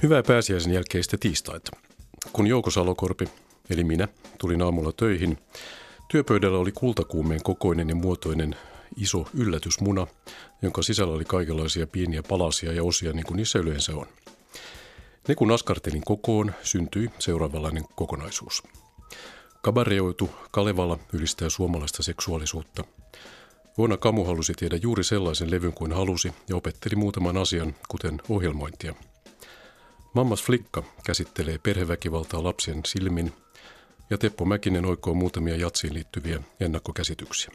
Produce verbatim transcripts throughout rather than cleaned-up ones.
Hyvää pääsiäisen jälkeistä tiistaita. Kun Jouko Salokorpi, eli minä, tulin aamulla töihin, työpöydällä oli kultakuumeen kokoinen ja muotoinen iso yllätysmuna, jonka sisällä oli kaikenlaisia pieniä palasia ja osia niin kuin niissä yleensä on. Ne kun askartelin kokoon, syntyi seuraavanlainen kokonaisuus. Kabareoitu Kalevala ylistää suomalaista seksuaalisuutta. Vuonna Kamu halusi tehdä juuri sellaisen levyn kuin halusi ja opetteli muutaman asian, kuten ohjelmointia. Mammas Flikka käsittelee perheväkivaltaa lapsen silmin ja Teppo Mäkinen oikoo muutamia jatsiin liittyviä ennakkokäsityksiä.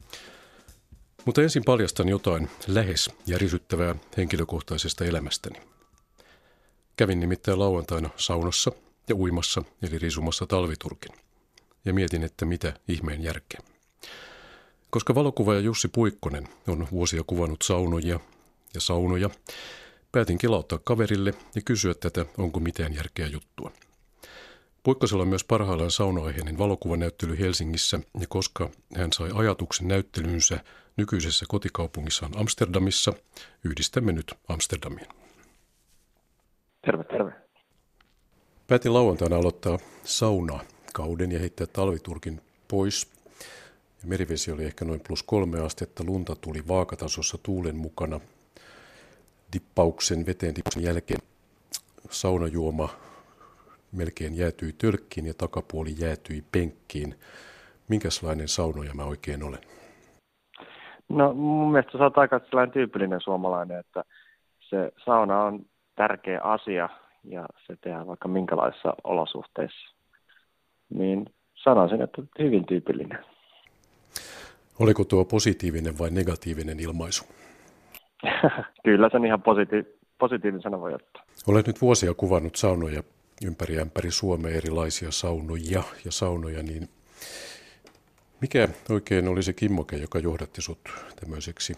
Mutta ensin paljastan jotain lähes järisyttävää henkilökohtaisesta elämästäni. Kävin nimittäin lauantaina saunassa ja uimassa eli risumassa talviturkin ja mietin, että mitä ihmeen järkeä. Koska valokuvaaja Jussi Puikkonen on vuosia kuvannut saunoja ja saunoja, päätin kelauttaa kaverille ja kysyä tätä, onko mitään järkeä juttua. Puikkosella on myös parhaillaan saunoaiheinen valokuvanäyttely Helsingissä, ja koska hän sai ajatuksen näyttelynsä nykyisessä kotikaupungissaan Amsterdamissa, yhdistämme nyt Amsterdamiin. Terve, terve. Päätin lauantaina aloittaa saunakauden ja heittää talviturkin pois. Ja merivesi oli ehkä noin plus kolme astetta, lunta tuli vaakatasossa tuulen mukana. Dippauksen, veteen dippauksen jälkeen saunajuoma melkein jäätyi tölkkiin ja takapuoli jäätyi penkkiin. Minkälainen saunoja mä oikein olen? No mun mielestä sä oot aika sellainen tyypillinen suomalainen, että se sauna on tärkeä asia ja se tehdään vaikka minkälaisissa olosuhteissa. Niin sanoisin, että hyvin tyypillinen. Oliko tuo positiivinen vai negatiivinen ilmaisu? Kyllä sen ihan positi- positiivinen sana voi ottaa. Olet nyt vuosia kuvannut saunoja ympäri ämpäri Suomea, erilaisia saunoja ja saunoja, niin mikä oikein oli se kimmoke, joka johdatti sut tämmöiseksi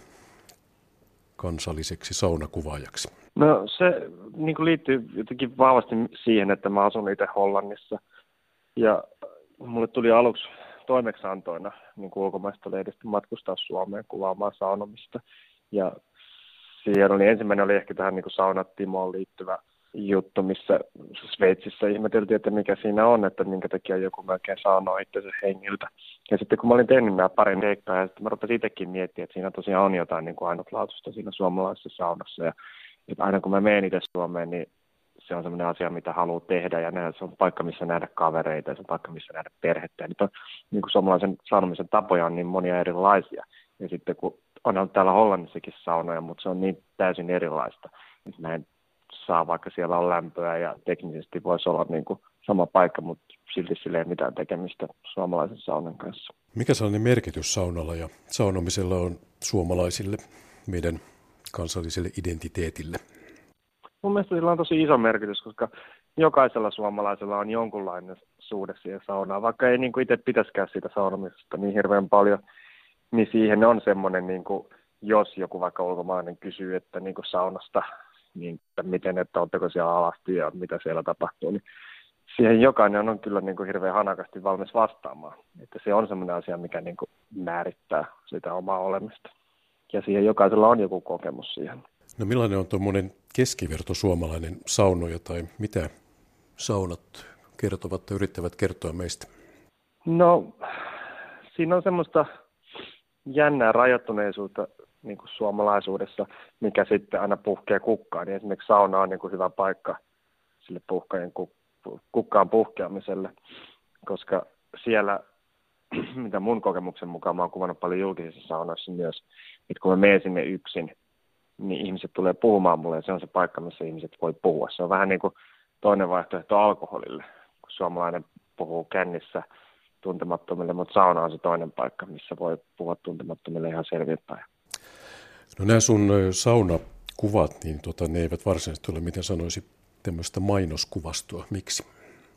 kansalliseksi saunakuvaajaksi? No se niin kuin liittyy jotenkin vahvasti siihen, että mä asun itse Hollannissa ja mulle tuli aluksi toimeksiantoina niin kuin ulkomaista lehdistä matkustaa Suomeen kuvaamaan saunomista ja siihen oli, ensimmäinen oli ehkä tähän niin kuin saunatimoon liittyvä juttu, missä Sveitsissä ihmeteltiin, että mikä siinä on, että minkä takia joku melkein saunoo itsensä hengiltä. Ja sitten kun mä olin tehnyt nämä parin keikkaa, ja sitten mä rupesin itsekin miettimään, että siinä tosiaan on jotain niin kuin ainutlaatuista siinä suomalaisessa saunassa. Ja että aina kun mä menen itse Suomeen, niin se on sellainen asia, mitä haluaa tehdä, ja se on paikka, missä nähdä kavereita, ja se on paikka, missä nähdä perhettä. Ja nyt on, niin kuin suomalaisen saunomisen tapoja on niin monia erilaisia. Ja sitten kun on täällä Hollannissakin saunoja, mutta se on niin täysin erilaista, että mä en saa, vaikka siellä on lämpöä ja teknisesti voisi olla niin kuin sama paikka, mutta silti sillä ei ole mitään tekemistä suomalaisen saunan kanssa. Mikä sellainen merkitys saunalla ja saunomisella on suomalaisille, meidän kansalliselle identiteetille? Mun mielestä sillä on tosi iso merkitys, koska jokaisella suomalaisella on jonkunlainen suhde siihen saunaan, vaikka ei niin kuin itse pitäisikään siitä saunomisesta niin hirveän paljon, niin siihen on semmoinen, niin kuin, jos joku vaikka ulkomainen kysyy, että niin kuin saunasta, niin että miten, että oletteko siellä alasti ja mitä siellä tapahtuu, niin siihen jokainen on kyllä niin kuin hirveän hanakasti valmis vastaamaan. Että se on semmoinen asia, mikä niin kuin määrittää sitä omaa olemista. Ja siihen jokaisella on joku kokemus siihen. No millainen on tuommoinen keskiverto suomalainen saunoja tai mitä saunat kertovat tai yrittävät kertoa meistä? No siinä on semmoista jännää rajoittuneisuutta niin kuin suomalaisuudessa, mikä sitten aina puhkee kukkaan. Niin esimerkiksi sauna on niin kuin hyvä paikka sille puhkeen kukkaan puhkeamiselle, koska siellä, mitä mun kokemuksen mukaan, mä oon kuvannut paljon julkisissa saunoissa myös, että kun mä menen sinne yksin, niin ihmiset tulee puhumaan mulle ja se on se paikka, missä ihmiset voi puhua. Se on vähän niin kuin toinen vaihtoehto alkoholille, kun suomalainen puhuu kännissä tuntemattomille, mutta sauna on se toinen paikka, missä voi puhua tuntemattomille ihan selvinpäin. No nämä sun saunakuvat, niin tota, ne eivät varsinaisesti ole, miten sanoisi, tämmöistä mainoskuvastoa. Miksi?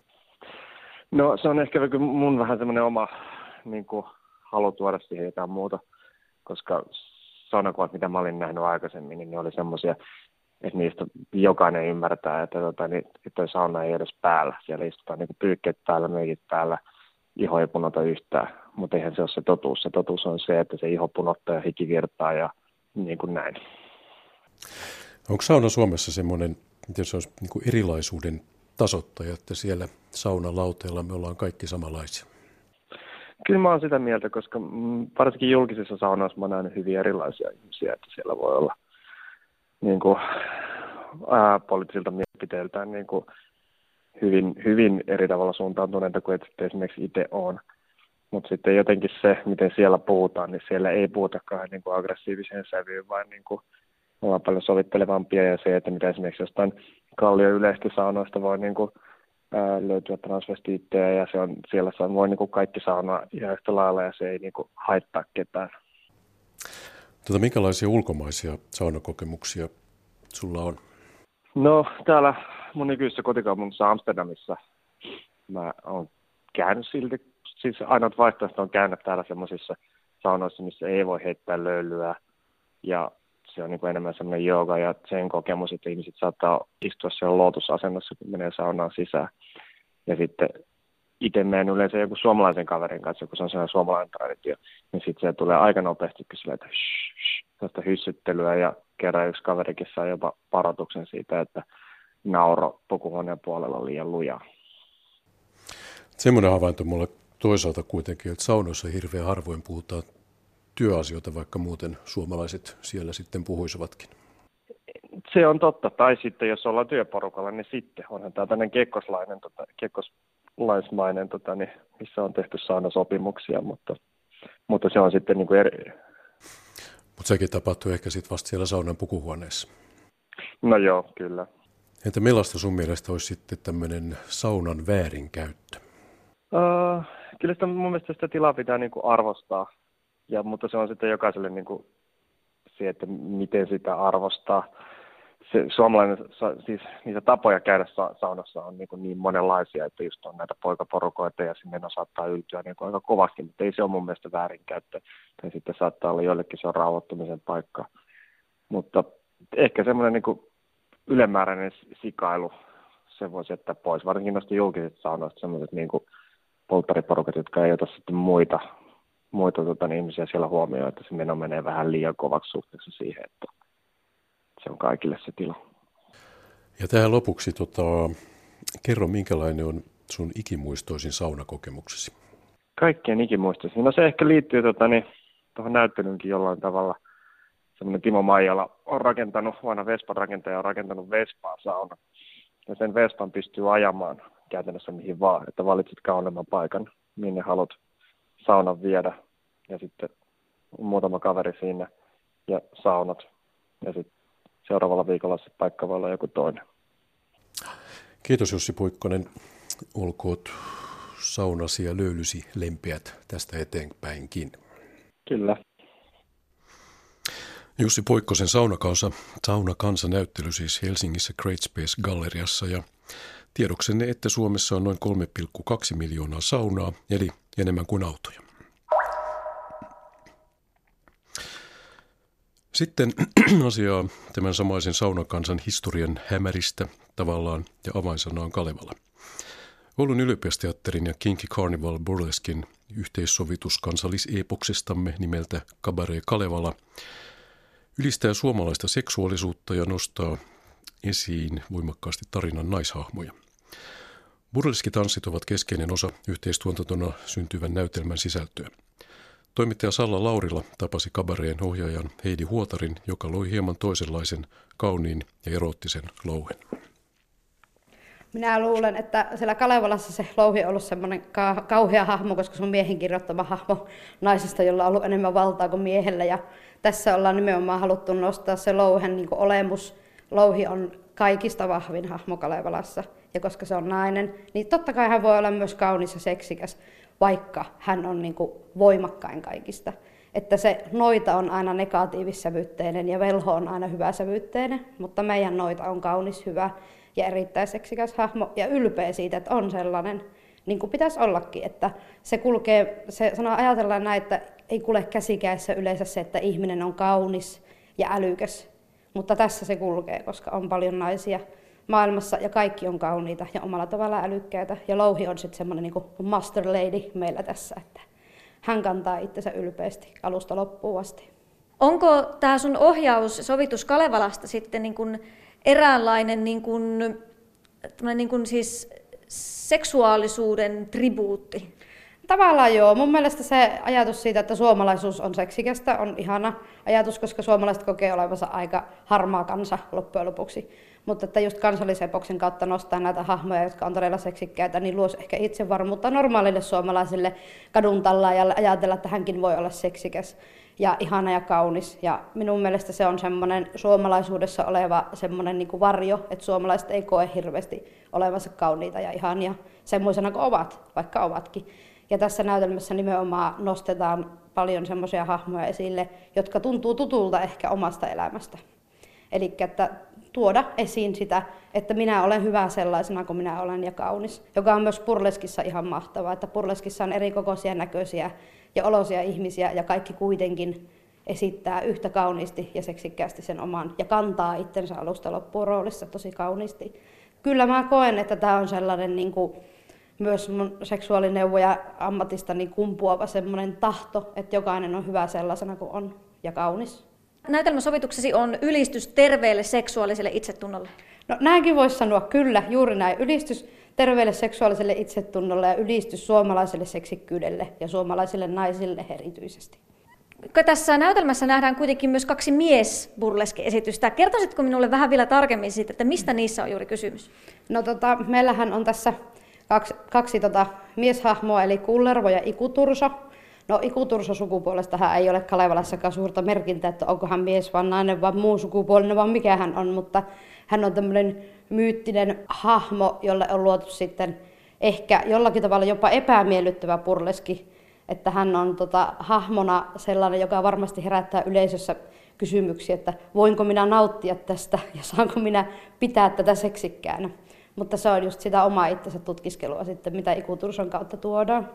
No se on ehkä mun vähän semmoinen oma niin kuin, halu tuoda siihen jotain muuta, koska saunakuvat, mitä mä olin nähnyt aikaisemmin, niin ne oli semmoisia, että niistä jokainen ymmärtää, että, tota, niin, että toi sauna ei edes päällä. Siellä istutaan niin kuin pyykkeet päällä, meikit päällä, iho ei punota yhtään, mutta eihän se ole se totuus. Se totuus on se, että se iho punottaa ja hiki virtaa ja niin kuin näin. Onko sauna Suomessa semmoinen miten se on niin kuin erilaisuuden tasoittaja, että siellä saunalauteella me ollaan kaikki samanlaisia? Kyllä mä oon sitä mieltä, koska varsinkin julkisissa saunoissa mä oon nähnyt hyvin erilaisia ihmisiä, että siellä voi olla niin kuin, ää, poliittisilta mielipiteiltään niin kuin hyvin, hyvin eri tavalla suuntautuneita kuin että esimerkiksi itse on. Mutta sitten jotenkin se, miten siellä puhutaan, niin siellä ei puhutakaan niin kuin aggressiiviseen sävyyn, vaan niin kuin ollaan paljon sovittelevampia. Ja se, että mitä esimerkiksi jostain Kallion yleisesti saunoista voi niin kuin, ää, löytyä transvestiittejä, ja se on, siellä saa, voi niin kuin kaikki saunoa ihan yhtä lailla, ja se ei niin kuin haittaa ketään. Tota, minkälaisia ulkomaisia saunakokemuksia sulla on? No, täällä mun nykyisessä kotikaupungissa Amsterdamissa mä oon käynyt silti. Siis ainoat vaihtoehto on käydä täällä semmoisissa saunoissa, missä ei voi heittää löylyä. Ja se on niin kuin enemmän semmoinen jooga ja sen kokemus, että ihmiset saattaa istua siellä lootusasennossa, kun menee saunaan sisään. Ja sitten itse menen yleensä joku suomalaisen kaverin kanssa, kun se on sellainen suomalainen traditio, niin sitten se tulee aika nopeasti kysyä, että shh, hyssyttelyä, ja kerran yksi kaverikin sai jopa parotuksen siitä, että nauro pukuhuoneen puolella on liian lujaa. Semmoinen havainto mulle toisaalta kuitenkin, että saunoissa hirveän harvoin puhutaan työasioita, vaikka muuten suomalaiset siellä sitten puhuisivatkin. Se on totta. Tai sitten, jos ollaan työporukalla, niin sitten onhan tämä tämmöinen kekkoslainen, tota, kekkoslaismainen, tota, niin, missä on tehty saunasopimuksia, mutta, mutta se on sitten niin kuin eri. Mutta sekin tapahtuu ehkä sitten vasta siellä saunan pukuhuoneessa. No joo, kyllä. Entä millaista sun mielestä olisi sitten tämmöinen saunan väärinkäyttö? Uh, kyllä sitä, mun mielestä sitä tilaa pitää niin kuin arvostaa, ja, mutta se on sitten jokaiselle niin kuin se, että miten sitä arvostaa. Se, suomalainen, siis niitä tapoja käydä sa- saunassa on niin, niin monenlaisia, että just on näitä poikaporukoita ja sinne ne saattaa yltyä niin aika kovasti, mutta ei se ole mun mielestä väärinkäyttö. Tai sitten saattaa olla joillekin se on rauhoittumisen paikka. Mutta ehkä semmoinen niin kuin ylimääräinen sikailu, se voisi jättää pois. Varsinkin noista julkisista saunoista sellaiset niin kuin polttariporukat, jotka ei ota sitten muita, muita tota, niin ihmisiä siellä huomioon, että se meno menee vähän liian kovaksi suhteessa siihen, että se on kaikille se tila. Ja tähän lopuksi tota, kerro, minkälainen on sun ikimuistoisin saunakokemuksesi? Kaikkien ikimuistoisin. No se ehkä liittyy tota, niin, tuohon näyttelyynkin jollain tavalla. Semmoinen Timo Maijala on rakentanut, vanha Vespan rakentaja on rakentanut Vespaan sauna. Ja sen Vespan pystyy ajamaan käytännössä mihin vaan, että valitset kauneimman paikan, minne haluat saunan viedä. Ja sitten muutama kaveri siinä ja saunat. Ja sitten seuraavalla viikolla se paikka voi olla joku toinen. Kiitos Jussi Puikkonen. Olkoot saunasi ja löylysi lempeät tästä eteenpäinkin. Kyllä. Jussi Puikkosen saunakansa, saunakansanäyttely siis Helsingissä Great Space Galleriassa, ja tiedoksenne, että Suomessa on noin kolme pilkku kaksi miljoonaa saunaa, eli enemmän kuin autoja. Sitten asiaa tämän samaisen saunakansan historian hämäristä tavallaan, ja avainsana on Kalevala. Oulun yliopistoteatterin ja Kinky Carnival Burleskin yhteissovitus kansalliseepoksestamme nimeltä Cabaret Kalevala ylistää suomalaista seksuaalisuutta ja nostaa esiin voimakkaasti tarinan naishahmoja. Burleskitanssit ovat keskeinen osa yhteistuotantona syntyvän näytelmän sisältöä. Toimittaja Salla Laurila tapasi Cabareten ohjaajan Heidi Huotarin, joka loi hieman toisenlaisen, kauniin ja eroottisen louhen. Minä luulen, että siellä Kalevalassa se louhi on ollut semmoinen ka- kauhea hahmo, koska se on miehen kirjoittama hahmo naisesta, jolla on ollut enemmän valtaa kuin miehellä. Ja tässä ollaan nimenomaan haluttu nostaa se louhen niin kuin olemus. Louhi on kaikista vahvin hahmo Kalevalassa, ja koska se on nainen, niin totta kai hän voi olla myös kaunis ja seksikäs, vaikka hän on niin kuin voimakkain kaikista. Että se noita on aina negatiivissävytteinen ja velho on aina hyväsävytteinen, mutta meidän noita on kaunis, hyvä ja erittäin seksikäs hahmo ja ylpeä siitä, että on sellainen, niin kuin pitäisi ollakin. Että se kulkee, se sanoo, ajatellaan näin, että ei kulje käsikädessä yleensä se, että ihminen on kaunis ja älykäs, mutta tässä se kulkee, koska on paljon naisia maailmassa ja kaikki on kauniita ja omalla tavalla älykkäitä. Ja Louhi on sitten semmoinen niin kuin master lady meillä tässä, että hän kantaa itsensä ylpeästi alusta loppuun asti. Onko tämä sun ohjaus, sovitus Kalevalasta sitten niin kuin eräänlainen niin kuin, niin kuin siis seksuaalisuuden tribuutti. Tavallaan joo. Mun mielestä se ajatus siitä, että suomalaisuus on seksikästä, on ihana ajatus, koska suomalaiset kokee olevansa aika harmaa kansa loppujen lopuksi. Mutta että just kansallisepoksen kautta nostaa näitä hahmoja, jotka on todella seksikkäitä, niin luosi ehkä itsevarmuutta normaalille suomalaisille kadun tallaajalle ajatella, että hänkin voi olla seksikäs ja ihana ja kaunis. Ja minun mielestä se on semmoinen suomalaisuudessa oleva semmoinen niin kuin varjo, että suomalaiset ei koe hirveästi olevansa kauniita ja ihania semmoisena kuin ovat, vaikka ovatkin. Ja tässä näytelmässä nimenomaan nostetaan paljon semmoisia hahmoja esille, jotka tuntuu tutulta ehkä omasta elämästä. Eli että tuoda esiin sitä, että minä olen hyvä sellaisena kuin minä olen ja kaunis, joka on myös burleskissa ihan mahtavaa, että burleskissa on eri kokoisia näköisiä ja olosia ihmisiä ja kaikki kuitenkin esittää yhtä kauniisti ja seksikkäästi sen oman ja kantaa itsensä alusta loppuun roolissa tosi kauniisti. Kyllä mä koen, että tämä on sellainen niin kuin myös mun seksuaalineuvoja ammatistani kumpuava semmoinen tahto, että jokainen on hyvä sellaisena kuin on ja kaunis. Näytelmäsovituksesi on ylistys terveelle seksuaaliselle itsetunnolle. No näinkin voisi sanoa kyllä, juuri näin. Ylistys terveelle seksuaaliselle itsetunnolle ja ylistys suomalaiselle seksikkyydelle ja suomalaisille naisille erityisesti. Tässä näytelmässä nähdään kuitenkin myös kaksi mies-burleski-esitystä. Kertoisitko minulle vähän vielä tarkemmin siitä, että mistä niissä on juuri kysymys? No tota, meillähän on tässä kaksi, kaksi tota, mieshahmoa, eli Kullervo ja Ikuturso. No Ikuturso-sukupuolestahan ei ole Kalevalassakaan suurta merkintää, että onko hän mies vai nainen vai muun sukupuolinen, vaan mikä hän on, mutta hän on tämmöinen myyttinen hahmo, jolle on luotu sitten ehkä jollakin tavalla jopa epämiellyttävä burleski, että hän on tota, hahmona sellainen, joka varmasti herättää yleisössä kysymyksiä, että voinko minä nauttia tästä ja saanko minä pitää tätä seksikkäänä. Mutta se on just sitä omaa itsensä tutkiskelua sitten, mitä Ikuturson kautta tuodaan.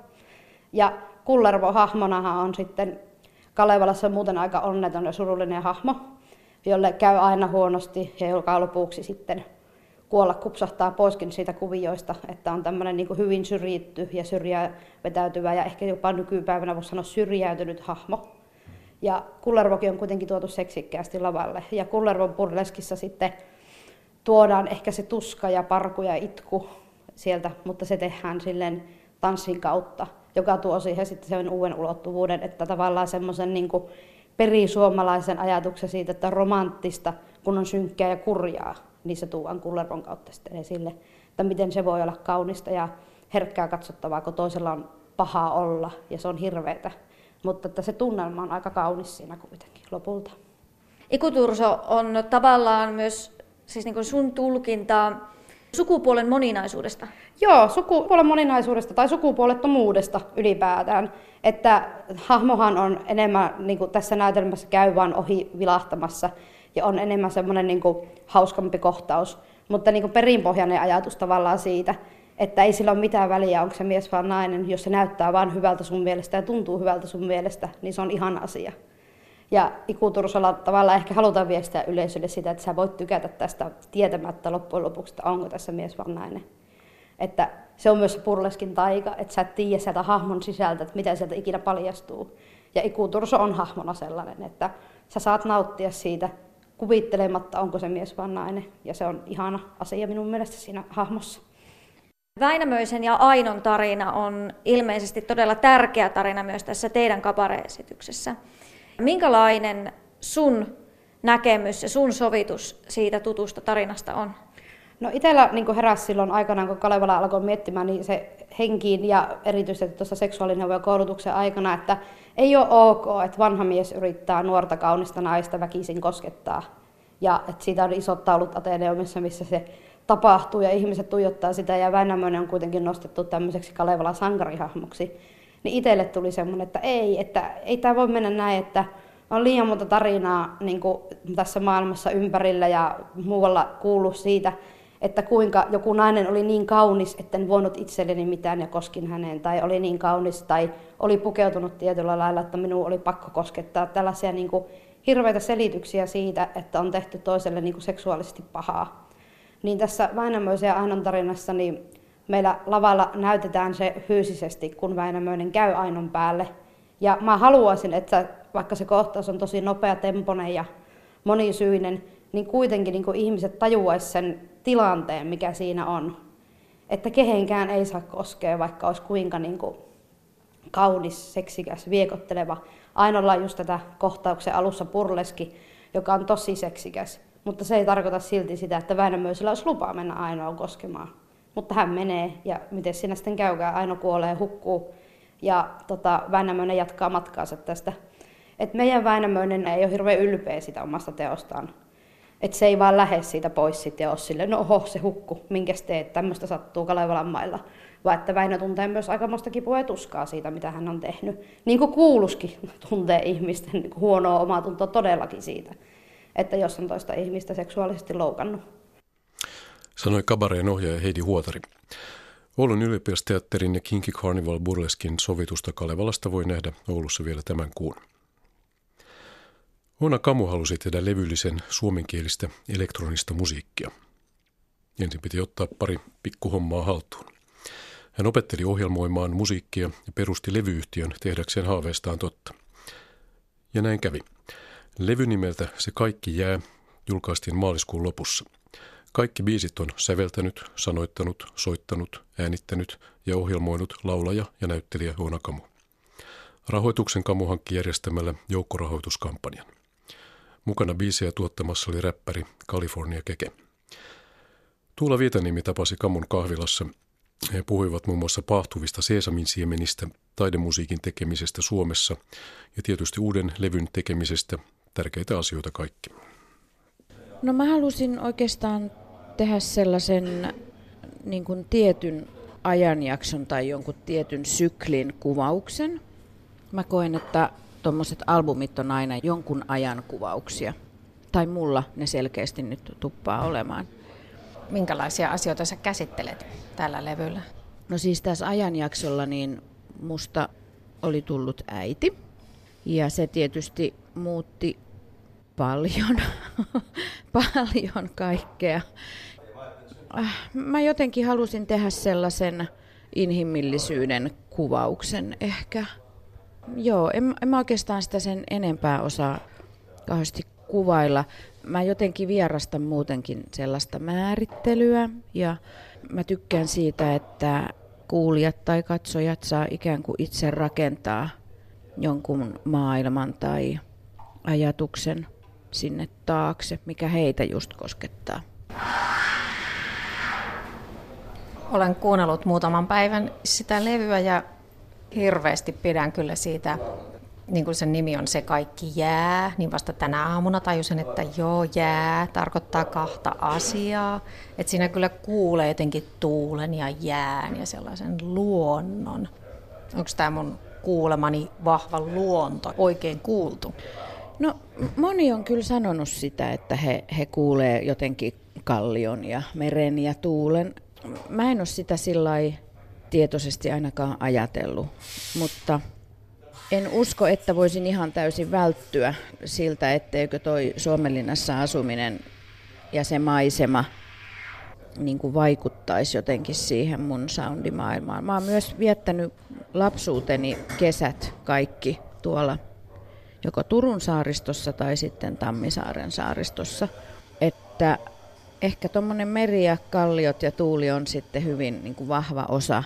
Ja Kullervo hahmonahan on sitten Kalevalassa muuten aika onneton ja surullinen hahmo, jolle käy aina huonosti ja joka lopuksi sitten kuolla kupsahtaa poiskin siitä kuvioista, että on tämmöinen niin kuin hyvin syrjitty ja syrjää vetäytyvä ja ehkä jopa nykypäivänä voisi sanoa syrjäytynyt hahmo. Ja Kullervokin on kuitenkin tuotu seksikkäästi lavalle. Ja Kullervon burleskissa sitten tuodaan ehkä se tuska ja parku ja itku sieltä, mutta se tehdään silleen tanssin kautta, joka tuo siihen sitten sen uuden ulottuvuuden, että tavallaan semmoisen niin kuin perisuomalaisen ajatuksen siitä, että on romanttista, kun on synkkää ja kurjaa, niin se tuodaan Kullervon kautta sitten esille, että miten se voi olla kaunista ja herkkää katsottavaa, kun toisella on paha olla ja se on hirveetä, mutta että se tunnelma on aika kaunis siinä kuitenkin lopulta. Ikuturso on tavallaan myös siis niin kuin sun tulkintaa sukupuolen moninaisuudesta. Joo, sukupuolen moninaisuudesta tai sukupuolettomuudesta ylipäätään. Että hahmohan on enemmän niin kuin tässä näytelmässä käy vaan ohi vilahtamassa ja on enemmän semmoinen niin kuin hauskampi kohtaus. Mutta niin kuin perinpohjainen ajatus tavallaan siitä, että ei sillä ole mitään väliä, onko se mies vai nainen, jos se näyttää vaan hyvältä sun mielestä ja tuntuu hyvältä sun mielestä, niin se on ihana asia. Ja Ikutursolla tavallaan ehkä halutaan viestiä yleisölle sitä, että sä voit tykätä tästä tietämättä loppujen lopuksi, että onko tässä mies vai nainen. Että se on myös se burleskin taika, että sä et tiedä sieltä hahmon sisältä, että mitä sieltä ikinä paljastuu. Ja Ikuturso on hahmona sellainen, että sä saat nauttia siitä kuvittelematta, onko se mies vai nainen. Ja se on ihana asia minun mielestä siinä hahmossa. Väinämöisen ja Ainon tarina on ilmeisesti todella tärkeä tarina myös tässä teidän kabare-esityksessä. Minkälainen sun näkemys ja sun sovitus siitä tutusta tarinasta on? No itsellä niin heräsi silloin aikanaan, kun Kalevala alkoi miettimään, niin se henkiin ja erityisesti tuossa seksuaalineuvojen koulutuksen aikana, että ei ole ok, että vanha mies yrittää nuorta kaunista naista väkisin koskettaa. Ja että siitä on isot taulut Ateneumissa, missä se tapahtuu ja ihmiset tuijottaa sitä ja Väinämöinen on kuitenkin nostettu tämmöiseksi Kalevalan sankarihahmoksi. Niin itselle tuli semmoinen, että ei, että ei tämä voi mennä näin, että on liian monta tarinaa niin kuin tässä maailmassa ympärillä ja muualla kuullut siitä, että kuinka joku nainen oli niin kaunis, etten voinut itselleni mitään ja koskin häneen, tai oli niin kaunis, tai oli pukeutunut tietyllä lailla, että minun oli pakko koskettaa. Tällaisia niin kuin hirveitä selityksiä siitä, että on tehty toiselle niin kuin seksuaalisesti pahaa. Niin tässä Väinämöisen ja Ainon tarinassa niin meillä lavalla näytetään se fyysisesti, kun Väinämöinen käy Ainon päälle. Ja mä haluaisin, että vaikka se kohtaus on tosi nopea tempoinen ja monisyinen, niin kuitenkin niin kuin ihmiset tajuaisivat sen tilanteen, mikä siinä on. Että kehenkään ei saa koskea, vaikka olisi kuinka niin kuin kaunis, seksikäs, viekotteleva. Ainoalla just tätä kohtauksen alussa Burleski, joka on tosi seksikäs. Mutta se ei tarkoita silti sitä, että Väinämöisellä olisi lupa mennä Ainoa koskemaan. Mutta hän menee, ja miten siinä sitten käykään, Aino kuolee, hukkuu, ja tota, Väinämöinen jatkaa matkaansa tästä. Et meidän Väinämöinen ei ole hirveän ylpeä sitä omasta teostaan. Et se ei vaan lähde siitä pois sitten ja ole silleen, no oho, se hukku, minkäs teet, tämmöistä sattuu Kalevalan mailla. Vaan että Väinö tuntee myös aikamoista kipua ja tuskaa siitä, mitä hän on tehnyt. Niin kuin kuuluskin tuntee ihmisten niin kuin huonoa omaa tuntoa todellakin siitä, että jos on toista ihmistä seksuaalisesti loukannut. Sanoi kabareen ohjaaja Heidi Huotari. Oulun ylioppilasteatterin ja Kinky Carnival Burleskin sovitusta Kalevalasta voi nähdä Oulussa vielä tämän kuun. Oona Kamu halusi tehdä levyllisen suomenkielistä elektronista musiikkia. Ensin piti ottaa pari pikkuhommaa haltuun. Hän opetteli ohjelmoimaan musiikkia ja perusti levyyhtiön tehdäkseen haaveestaan totta. Ja näin kävi. Levy nimeltä Se kaikki jää julkaistiin maaliskuun lopussa. Kaikki biisit on säveltänyt, sanoittanut, soittanut, äänittänyt ja ohjelmoinut laulaja ja näyttelijä Oona Kamu. Rahoituksen Kamu hankki järjestämällä joukkorahoituskampanjan. Mukana biisejä tuottamassa oli räppäri California Keke. Tuula Vietaniemi tapasi Kamun kahvilassa. He puhuivat muun muassa paahtuvista seesamin siemenistä, taidemusiikin tekemisestä Suomessa ja tietysti uuden levyn tekemisestä. Tärkeitä asioita kaikki. No mä halusin oikeastaan tehdä sellaisen niin kuin tietyn ajanjakson tai jonkun tietyn syklin kuvauksen. Mä koen, että tuommoiset albumit on aina jonkun ajan kuvauksia. Tai mulla ne selkeästi nyt tuppaa olemaan. Minkälaisia asioita sä käsittelet tällä levyllä? No siis tässä ajanjaksolla niin musta oli tullut äiti. Ja se tietysti muutti paljon, paljon kaikkea. Mä jotenkin halusin tehdä sellaisen inhimillisyyden kuvauksen ehkä. Joo, en, en mä oikeastaan sitä sen enempää osaa kauheasti kuvailla. Mä jotenkin vierastan muutenkin sellaista määrittelyä ja mä tykkään siitä, että kuulijat tai katsojat saa ikään kuin itse rakentaa jonkun maailman tai ajatuksen sinne taakse, mikä heitä just koskettaa. Olen kuunnellut muutaman päivän sitä levyä ja hirveästi pidän kyllä siitä, niin kuin sen nimi on Se kaikki jää, niin vasta tänä aamuna tajusin, että joo, jää tarkoittaa kahta asiaa. Että siinä kyllä kuulee jotenkin tuulen ja jään ja sellaisen luonnon. Onko tämä mun kuulemani vahva luonto oikein kuultu? No moni on kyllä sanonut sitä, että he, he kuulee jotenkin kallion ja meren ja tuulen. Mä en ole sitä sillai tietoisesti ainakaan ajatellut, mutta en usko, että voisin ihan täysin välttyä siltä, etteikö toi Suomenlinnassa asuminen ja se maisema niin kuin vaikuttaisi jotenkin siihen mun soundimaailmaan. Mä oon myös viettänyt lapsuuteni kesät kaikki tuolla joko Turun saaristossa tai sitten Tammisaaren saaristossa. Että ehkä tuommoinen meri ja kalliot ja tuuli on sitten hyvin niin kuin vahva osa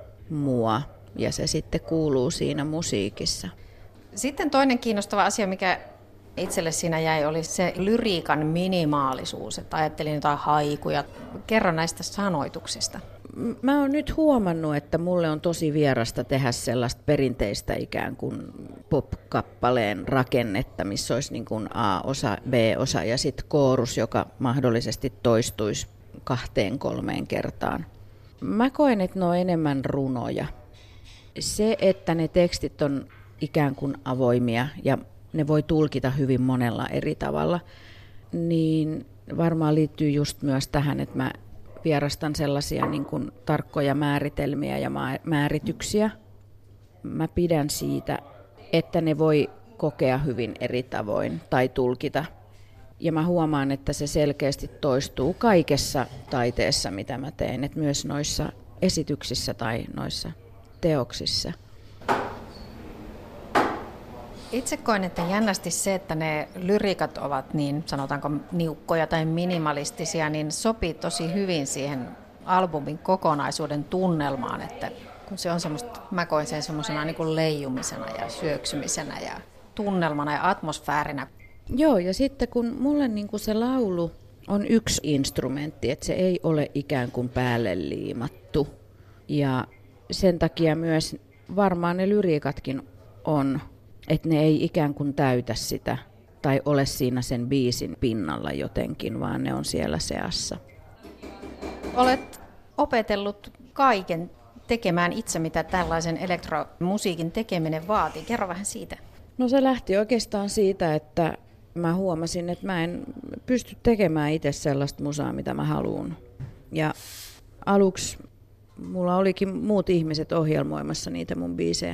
mua ja se sitten kuuluu siinä musiikissa. Sitten toinen kiinnostava asia, mikä itselle siinä jäi, oli se lyriikan minimaalisuus. Että ajattelin jotain haikuja. Kerro näistä sanoituksista. Mä oon nyt huomannut, että mulle on tosi vierasta tehdä sellaista perinteistä ikään kuin pop-kappaleen rakennetta, missä olisi niin kuin A-osa, B-osa ja sitten koorus, joka mahdollisesti toistuisi kahteen kolmeen kertaan. Mä koen, että ne on enemmän runoja. Se, että ne tekstit on ikään kuin avoimia ja ne voi tulkita hyvin monella eri tavalla, niin varmaan liittyy just myös tähän, että mä vierastan sellaisia niin kuin tarkkoja määritelmiä ja määrityksiä. Mä pidän siitä, että ne voi kokea hyvin eri tavoin tai tulkita. Ja mä huomaan, että se selkeästi toistuu kaikessa taiteessa, mitä mä teen, että myös noissa esityksissä tai noissa teoksissa. Itse koen, että jännästi se, että ne lyriikat ovat niin, sanotaanko niukkoja tai minimalistisia, niin sopii tosi hyvin siihen albumin kokonaisuuden tunnelmaan, että kun se on semmoista, mä koin sen semmoisena niin kuin leijumisena ja syöksymisenä ja tunnelmana ja atmosfäärinä. Joo, ja sitten kun mulle niin kuin se laulu on yksi instrumentti, että se ei ole ikään kuin päälle liimattu. Ja sen takia myös varmaan ne lyriikatkin on, että ne ei ikään kuin täytä sitä tai ole siinä sen biisin pinnalla jotenkin, vaan ne on siellä seassa. Olet opetellut kaiken tekemään itse, mitä tällaisen elektromusiikin tekeminen vaatii. Kerro vähän siitä. No se lähti oikeastaan siitä, että mä huomasin, että mä en pysty tekemään itse sellaista musaa, mitä mä haluan. Ja aluksi mulla olikin muut ihmiset ohjelmoimassa niitä mun biisejä.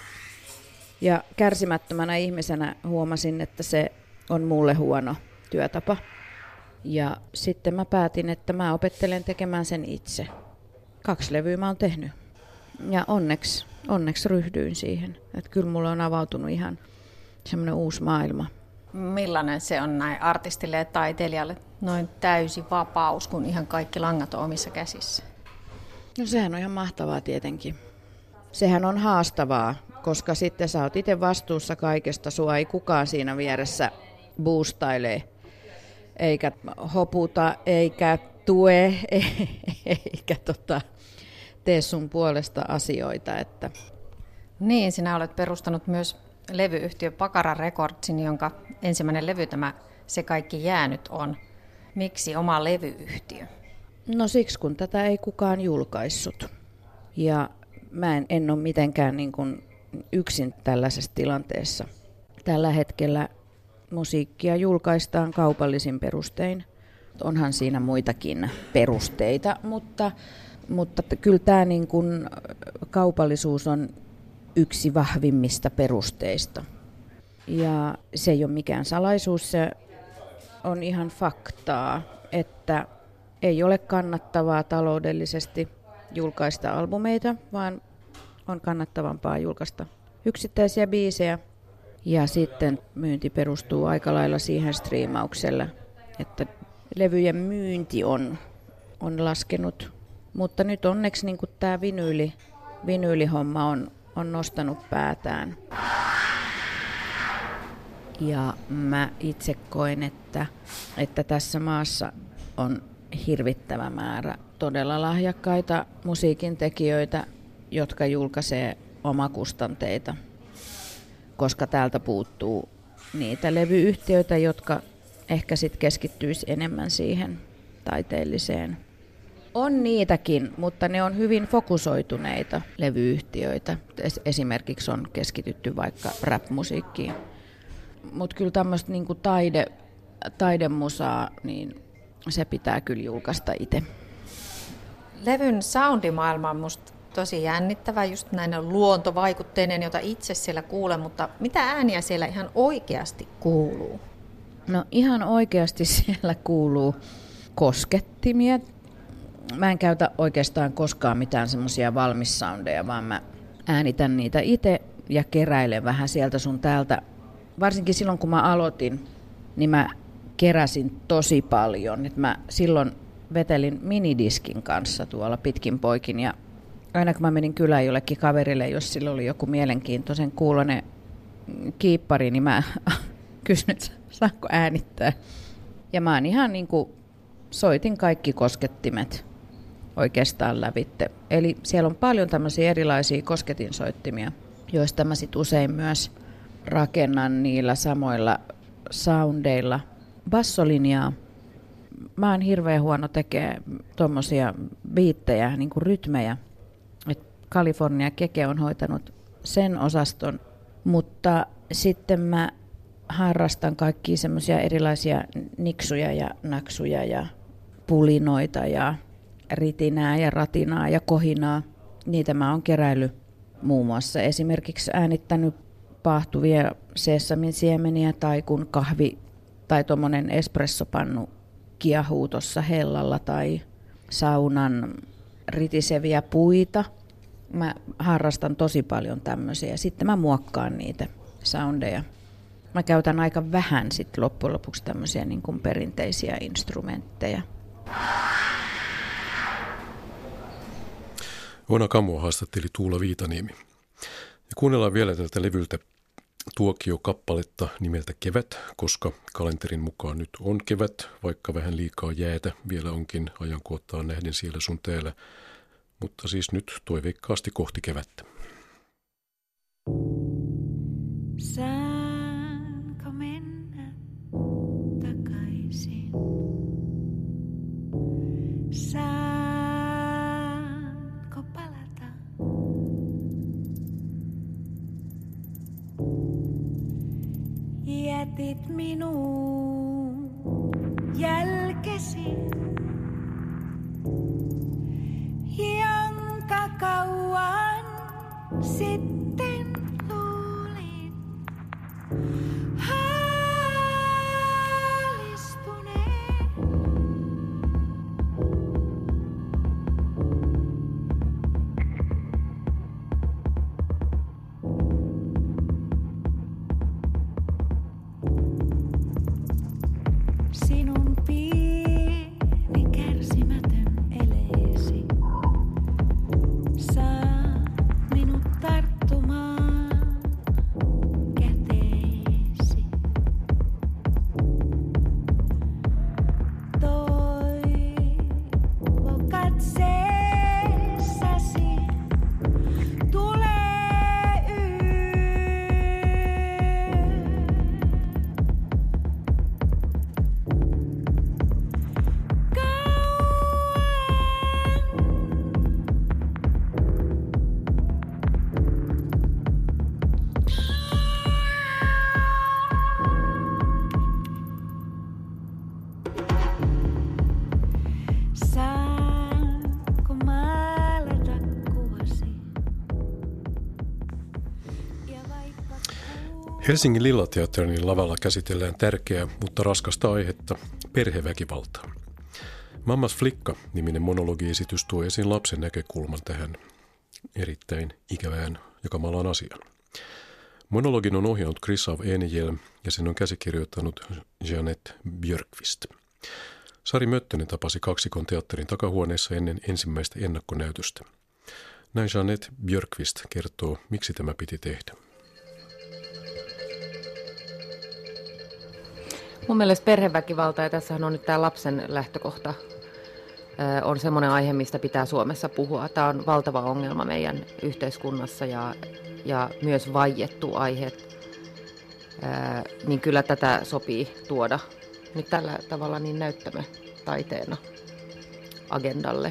Ja kärsimättömänä ihmisenä huomasin, että se on mulle huono työtapa. Ja sitten mä päätin, että mä opettelen tekemään sen itse. Kaksi levyä mä oon tehnyt. Ja onneksi, onneksi ryhdyin siihen. Että kyllä mulla on avautunut ihan semmoinen uusi maailma. Millainen se on näin artistille ja taiteilijalle noin täysi vapaus, kun ihan kaikki langat on omissa käsissä? No sehän on ihan mahtavaa tietenkin. Sehän on haastavaa, koska sitten sä oot itse vastuussa kaikesta. Sua ei kukaan siinä vieressä boostailee, eikä hoputa, eikä tue, eikä tota, tee sun puolesta asioita. Että. Niin, sinä olet perustanut myös levyyhtiö Pakara Recordsin, jonka ensimmäinen levy tämä Se kaikki jäänyt on. Miksi oma levyyhtiö? No siksi, kun tätä ei kukaan julkaissut. Ja mä en, en ole mitenkään niin kuin yksin tällaisessa tilanteessa. Tällä hetkellä musiikkia julkaistaan kaupallisin perustein. Onhan siinä muitakin perusteita, mutta, mutta kyllä tämä niin kuin kaupallisuus on yksi vahvimmista perusteista. Ja se ei ole mikään salaisuus, se on ihan faktaa, että ei ole kannattavaa taloudellisesti julkaista albumeita, vaan on kannattavampaa julkaista yksittäisiä biisejä. Ja sitten myynti perustuu aika lailla siihen striimaukselle, että levyjen myynti on, on laskenut. Mutta nyt onneksi niin tämä vinyyli, vinyylihomma on, on nostanut päätään. Ja mä itse koen, että, että tässä maassa on hirvittävä määrä todella lahjakkaita musiikin tekijöitä, jotka julkaisee omakustanteita, koska täältä puuttuu niitä levyyhtiöitä, jotka ehkä sitten keskittyisi enemmän siihen taiteelliseen. On niitäkin, mutta ne on hyvin fokusoituneita levyyhtiöitä. Esimerkiksi on keskitytty vaikka rap-musiikkiin. Mutta kyllä tämmöistä niinku taide, taidemusaa, niin se pitää kyllä julkaista itse. Levyn soundimaailma on musta tosi jännittävä, just näin luontovaikutteinen, jota itse siellä kuulen, mutta mitä ääniä siellä ihan oikeasti kuuluu? No ihan oikeasti siellä kuuluu koskettimia. Mä en käytä oikeastaan koskaan mitään semmoisia valmissoundeja, vaan mä äänitän niitä itse ja keräilen vähän sieltä sun täältä. Varsinkin silloin, kun mä aloitin, niin mä keräsin tosi paljon. Et mä silloin vetelin minidiskin kanssa tuolla pitkin poikin ja aina kun mä menin kylään jollekin kaverille, jos sillä oli joku mielenkiintoisen kuuloinen kiippari, niin mä kysyin, että saanko äänittää. Ja mä ihan niin kuin soitin kaikki koskettimet oikeastaan lävitte. Eli siellä on paljon tämmöisiä erilaisia kosketinsoittimia, joista mä sit usein myös rakennan niillä samoilla soundeilla bassolinjaa. Mä oon hirveän huono tekee tommosia biittejä, niin kuin rytmejä. Et California Keke on hoitanut sen osaston, mutta sitten mä harrastan kaikkia semmoisia erilaisia niksuja ja naksuja ja pulinoita ja ritinää ja ratinaa ja kohinaa. Niitä mä oon keräillyt muun muassa esimerkiksi äänittänyt paahtuvia seessamin siemeniä tai kun kahvi tai tuommoinen espressopannu kiehuu tuossa hellalla tai saunan ritiseviä puita. Mä harrastan tosi paljon tämmöisiä ja sitten mä muokkaan niitä soundeja. Mä käytän aika vähän sit loppujen lopuksi tämmöisiä niin kuin perinteisiä instrumentteja. Oona Kammoa haastatteli Tuula Viitaniemi. Ja kuunnellaan vielä tältä levyltä Tuokio-kappaletta nimeltä Kevät, koska kalenterin mukaan nyt on kevät, vaikka vähän liikaa jäätä vielä onkin ajankohtaan nähden siellä sun täällä, mutta siis nyt toiveikkaasti kohti kevättä. Saanko mennä takaisin? Saanko palata? Jätit minuun jälkesi, jonka kauan sitten luulin haalistuneen. Sinun pieni kärsimätön eleesi saa minut tarttumaan käteesi. Toivo katseessasi tulee yö. Saanko maalata kuvasi? Ja vaikka Helsingin Lillateatterin lavalla käsitellään tärkeää, mutta raskasta aihetta, perheväkivaltaa. Mammas Flikka-niminen monologiesitys tuo esiin lapsen näkökulman tähän erittäin ikävään ja kamalaan asiaan. Monologin on ohjannut Chris Enehjelm ja sen on käsikirjoittanut Jeanette Björkqvist. Sari Möttönen tapasi kaksikon teatterin takahuoneessa ennen ensimmäistä ennakkonäytöstä. Näin Jeanette Björkqvist kertoo, miksi tämä piti tehdä. Mun mielestä perheväkivalta, ja tässähän on nyt tämä lapsen lähtökohta, on semmoinen aihe, mistä pitää Suomessa puhua. Tämä on valtava ongelma meidän yhteiskunnassa ja, ja myös vaiettu aihe. Niin kyllä tätä sopii tuoda nyt tällä tavalla niin näyttämö taiteena agendalle.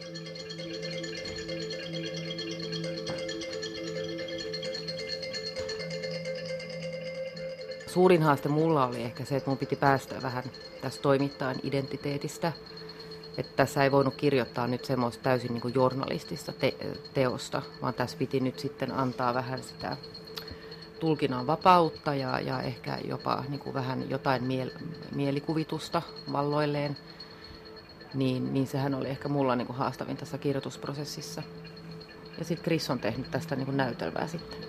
Suurin haaste mulla oli ehkä se, että mun piti päästä vähän tästä toimittajan identiteetistä. Että tässä ei voinut kirjoittaa nyt semmoista täysin niin kuin journalistista te- teosta, vaan tässä piti nyt sitten antaa vähän sitä tulkinnan vapautta ja, ja ehkä jopa niin kuin vähän jotain miel- mielikuvitusta valloilleen. Niin, niin sehän oli ehkä mulla niin kuin haastavin tässä kirjoitusprosessissa. Ja sitten Chris on tehnyt tästä niin kuin näytelmää sitten.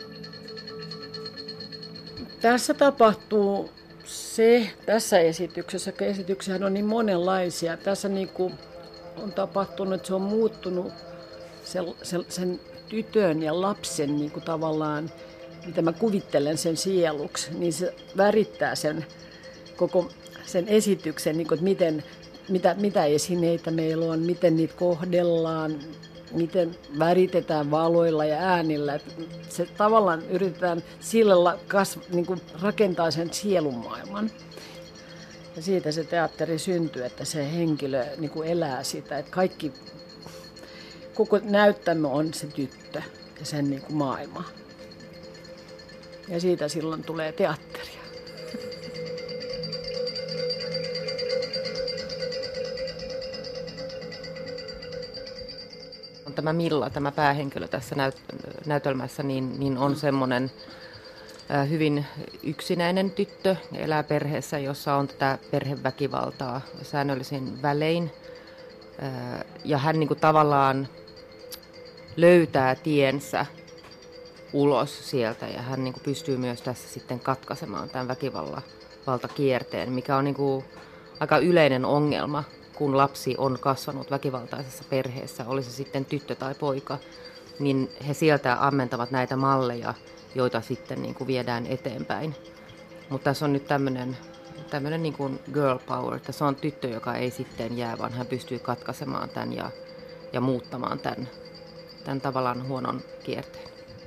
Tässä tapahtuu se, tässä esityksessä, kun esityksiä on niin monenlaisia. Tässä niin kuin on tapahtunut, että se on muuttunut sen, sen, sen tytön ja lapsen niin kuin tavallaan, mitä mä kuvittelen sen sieluksi, niin se värittää sen koko sen esityksen, niin kuin, että miten, mitä, mitä esineitä meillä on, miten niitä kohdellaan, miten väritetään valoilla ja äänillä. Se tavallaan yritetään sillä kasv- niin kuin rakentaa sen sielunmaailman. Ja siitä se teatteri syntyy, että se henkilö niin kuin elää sitä. Että kaikki, koko näyttämö on se tyttö ja sen niin kuin maailma. Ja siitä silloin tulee teatteria. Tämä Milla, tämä päähenkilö tässä näyt- näytelmässä, niin, niin on semmoinen äh, hyvin yksinäinen tyttö. Elää perheessä, jossa on tätä perheväkivaltaa säännöllisin välein. Äh, ja hän niin kuin tavallaan löytää tiensä ulos sieltä ja hän niin kuin pystyy myös tässä sitten katkaisemaan tämän väkivaltakierteen, mikä on niin kuin aika yleinen ongelma, kun lapsi on kasvanut väkivaltaisessa perheessä, oli se sitten tyttö tai poika, niin he sieltä ammentavat näitä malleja, joita sitten niin kuin viedään eteenpäin. Mutta tässä on nyt tämmöinen tämmöinen niin kuin girl power, että se on tyttö, joka ei sitten jää, vaan hän pystyy katkaisemaan tämän ja, ja muuttamaan tämän, tämän tavallaan huonon kierteen.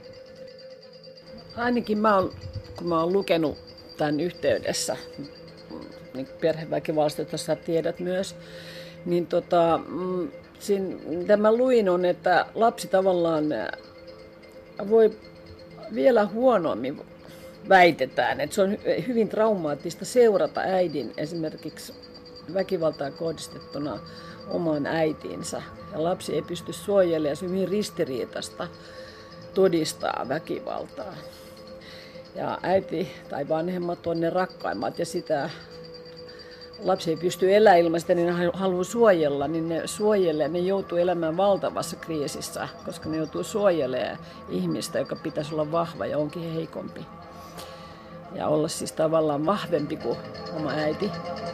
Ainakin mä oon, kun mä oon lukenut tämän yhteydessä, niin perheväkivallasta, jota sä tiedät myös, niin tota, siinä, mitä mä luin on, että lapsi tavallaan voi vielä huonommin, väitetään, että se on hyvin traumaattista seurata äidin esimerkiksi väkivaltaa kohdistettuna omaan äitiinsä. Ja lapsi ei pysty suojelemaan, ja se on hyvin ristiriitaista todistaa väkivaltaa. Ja äiti tai vanhemmat on ne rakkaimmat, ja sitä lapsi ei pysty elämään ilman sitä, niin ne haluaa suojella, niin ne suojelee, ne joutuu elämään valtavassa kriisissä, koska ne joutuu suojelemaan ihmistä, joka pitäisi olla vahva ja onkin heikompi. Ja olla siis tavallaan vahvempi kuin oma äiti.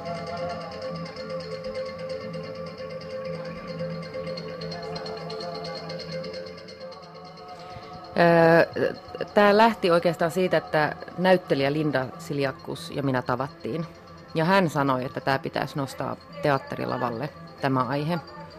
Tämä lähti oikeastaan siitä, että näyttelijä Linda Siljakkus ja minä tavattiin. Ja hän sanoi, että tämä pitäisi nostaa teatterilavalle, tämä aihe.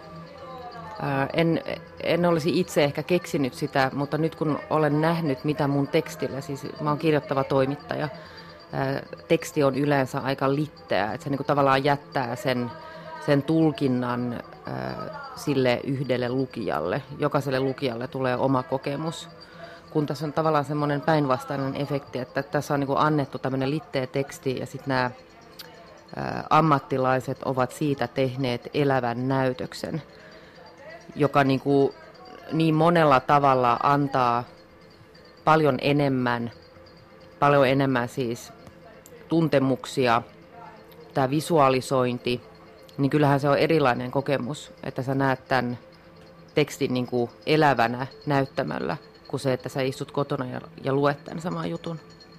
En, en olisi itse ehkä keksinyt sitä, mutta nyt kun olen nähnyt, mitä mun tekstillä, siis mä oon kirjoittava toimittaja, teksti on yleensä aika litteä, että se niinku tavallaan jättää sen, sen tulkinnan sille yhdelle lukijalle. Jokaiselle lukijalle tulee oma kokemus, kun tässä on tavallaan semmoinen päinvastainen efekti, että tässä on niinku annettu tämmöinen litteä teksti ja sitten nämä ammattilaiset ovat siitä tehneet elävän näytöksen, joka niin, kuin, niin monella tavalla antaa paljon enemmän, paljon enemmän siis tuntemuksia, tämä visualisointi, niin kyllähän se on erilainen kokemus, että sä näet tämän tekstin niin kuin elävänä näyttämällä, kuin se, että sä istut kotona ja, ja luet tämän saman jutun.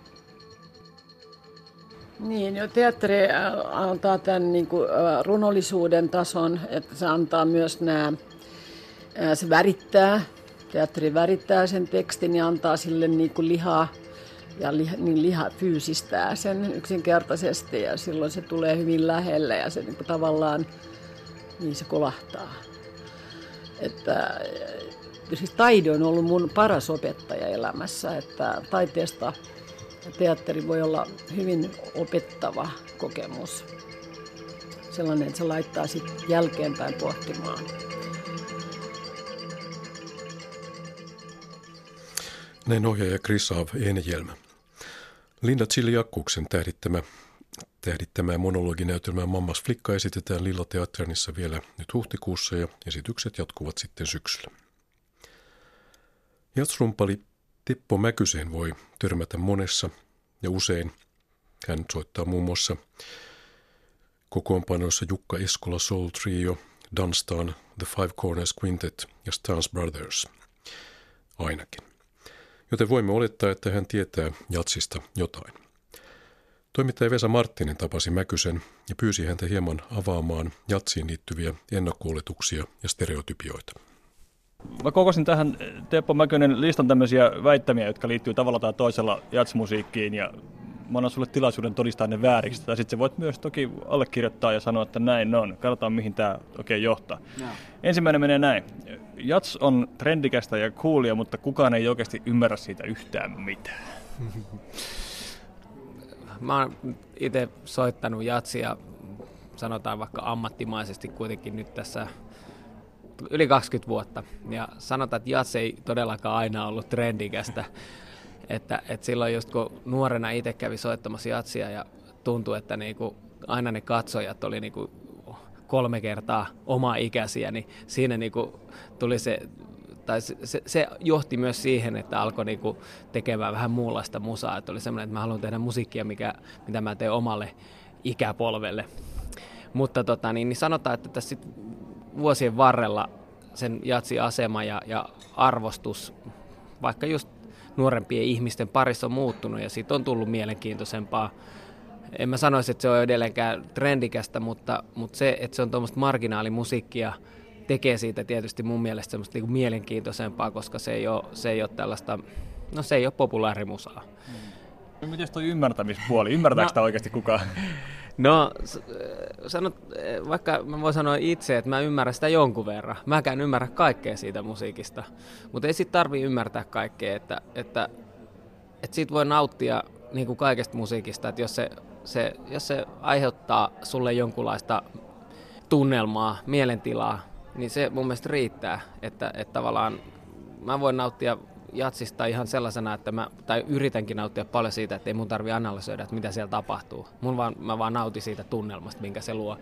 Niin, jo teatteri antaa tämän niin kuin, runollisuuden tason, että se antaa myös nämä, se värittää, teatteri värittää sen tekstin ja antaa sille niin kuin lihaa, ja liha, niin liha fyysistää sen yksinkertaisesti ja silloin se tulee hyvin lähelle ja se niin kuin, tavallaan, niin se kolahtaa. Että, siis taide on ollut mun paras opettaja elämässä, että taiteesta teatteri voi olla hyvin opettava kokemus. Sellainen, että se laittaa sitten jälkeenpäin pohtimaan. Näin ohjaaja Chris Av Enjelmä. Linda Siljakkuksen tähdittämä, tähdittämää monologinäytelmää Mammas Flikka esitetään Lilla Teatranissa vielä nyt huhtikuussa ja esitykset jatkuvat sitten syksyllä. Jazzrumpali Teppo Mäkyseen voi törmätä monessa ja usein. Hän soittaa muun muassa kokoonpanoissa Jukka Eskola Soul Trio, Dunstan, The Five Corners Quintet ja Stans Brothers. Ainakin. Joten voimme olettaa, että hän tietää jatsista jotain. Toimittaja Vesa Marttinen tapasi Mäkysen ja pyysi häntä hieman avaamaan jatsiin liittyviä ennakko-oletuksia ja stereotypioita. Mä kokosin tähän Teppo Mäkönen listan tämmöisiä väittämiä, jotka liittyy tavalla tai toisella jatsmusiikkiin ja mä annan sulle tilaisuuden todistaa ne vääriksi. Tai sitten sä voit myös toki allekirjoittaa ja sanoa, että näin on. Katsotaan mihin tää oikein johtaa. No. Ensimmäinen menee näin. Jats on trendikästä ja coolia, mutta kukaan ei oikeasti ymmärrä siitä yhtään mitään. Mä oon itse soittanut jatsia, sanotaan vaikka ammattimaisesti kuitenkin nyt tässä yli kaksikymmentä vuotta. Ja sanotaan, että jats ei todellakaan aina ollut trendikästä. Että, että silloin just kun nuorena itse kävi soittamassa jatsia ja tuntui, että niinku aina ne katsojat oli niinku kolme kertaa oma ikäisiä, niin siinä niinku tuli se, tai se, se, se johti myös siihen, että alkoi niinku tekemään vähän muunlaista musaa. Että oli semmoinen, että mä haluan tehdä musiikkia, mikä, mitä mä teen omalle ikäpolvelle. Mutta tota, niin, niin sanotaan, että tässä sit vuosien varrella sen jatsin asema ja, ja arvostus, vaikka just nuorempien ihmisten parissa on muuttunut ja siitä on tullut mielenkiintoisempaa. En mä sanoisi, että se on edelleenkään trendikästä, mutta, mutta se, että se on tuommoista marginaalimusiikkia, tekee siitä tietysti mun mielestä semmoista niinku mielenkiintoisempaa, koska se ei ole, se ei ole tällaista, no se ei ole populaarimusaa. No, miten toi ymmärtämispuoli? Ymmärtääkö no, sitä oikeasti kukaan? No, sanot, vaikka mä voin sanoa itse, että mä ymmärrän sitä jonkun verran. Mäkään ymmärrä kaikkea siitä musiikista, mutta ei sit tarvii ymmärtää kaikkea, että, että, että siitä voi nauttia niin kuin kaikesta musiikista, että jos se, se, jos se aiheuttaa sulle jonkunlaista tunnelmaa, mielentilaa, niin se mun mielestä riittää, että, että tavallaan mä voin nauttia jatsista ihan sellaisena, että mä, tai yritänkin nauttia paljon siitä, että ei mun tarvi analysoida, että mitä siellä tapahtuu. Mun vaan, mä vaan nautin siitä tunnelmasta, minkä se luo.